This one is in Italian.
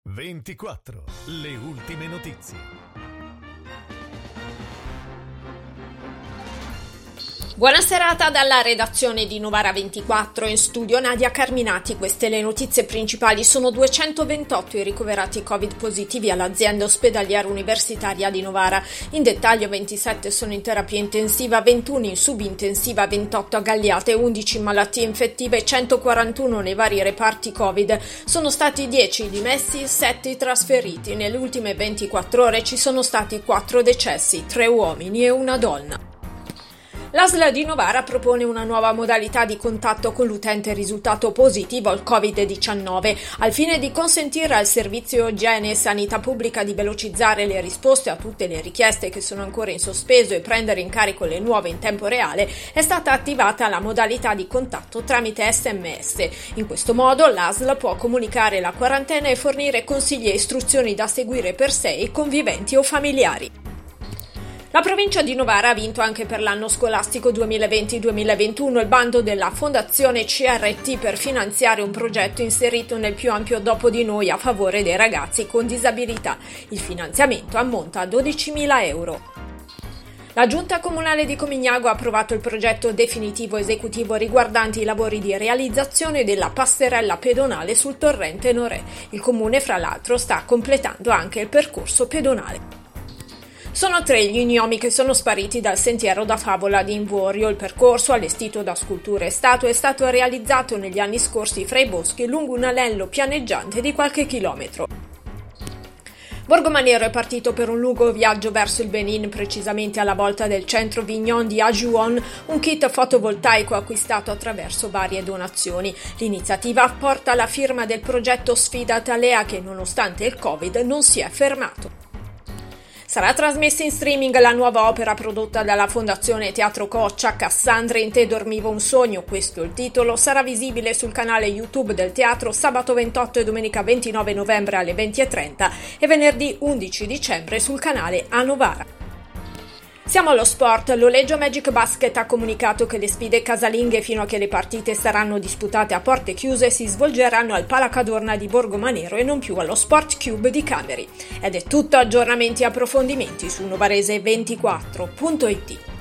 24. Le ultime notizie. Buona serata dalla redazione di Novara 24, in studio Nadia Carminati. Queste le notizie principali. Sono 228 i ricoverati Covid positivi all'azienda ospedaliera universitaria di Novara. In dettaglio 27 sono in terapia intensiva, 21 in subintensiva, 28 a Gagliate, 11 in malattie infettive, 141 nei vari reparti Covid. Sono stati 10 dimessi, 7 trasferiti. Nelle ultime 24 ore ci sono stati 4 decessi, 3 uomini e una donna. L'ASL di Novara propone una nuova modalità di contatto con l'utente risultato positivo al Covid-19, al fine di consentire al Servizio Igiene e Sanità Pubblica di velocizzare le risposte a tutte le richieste che sono ancora in sospeso e prendere in carico le nuove in tempo reale. È stata attivata la modalità di contatto tramite SMS. In questo modo l'ASL può comunicare la quarantena e fornire consigli e istruzioni da seguire per sé, i conviventi o familiari. La provincia di Novara ha vinto anche per l'anno scolastico 2020-2021 il bando della Fondazione CRT per finanziare un progetto inserito nel più ampio Dopo di Noi a favore dei ragazzi con disabilità. Il finanziamento ammonta a 12.000 euro. La Giunta Comunale di Comignago ha approvato il progetto definitivo esecutivo riguardante i lavori di realizzazione della passerella pedonale sul torrente Norè. Il comune, fra l'altro, sta completando anche il percorso pedonale. Sono 3 gli gnomi che sono spariti dal sentiero da Favola di Invorio. Il percorso, allestito da sculture e statue, è stato realizzato negli anni scorsi fra i boschi lungo un anello pianeggiante di qualche chilometro. Borgomanero è partito per un lungo viaggio verso il Benin, precisamente alla volta del centro Vignon di Ajuon, un kit fotovoltaico acquistato attraverso varie donazioni. L'iniziativa porta la firma del progetto Sfida Talea che, nonostante il Covid, non si è fermato. Sarà trasmessa in streaming la nuova opera prodotta dalla Fondazione Teatro Coccia, Cassandra in te dormiva un sogno, questo è il titolo. Sarà visibile sul canale YouTube del teatro sabato 28 e domenica 29 novembre alle 20:30 e venerdì 11 dicembre sul canale A Novara. Siamo allo sport. L'Oleggio Magic Basket ha comunicato che le sfide casalinghe, fino a che le partite saranno disputate a porte chiuse, si svolgeranno al Palacadorna di Borgomanero e non più allo Sport Cube di Cameri. Ed è tutto. Aggiornamenti e approfondimenti su novarese24.it.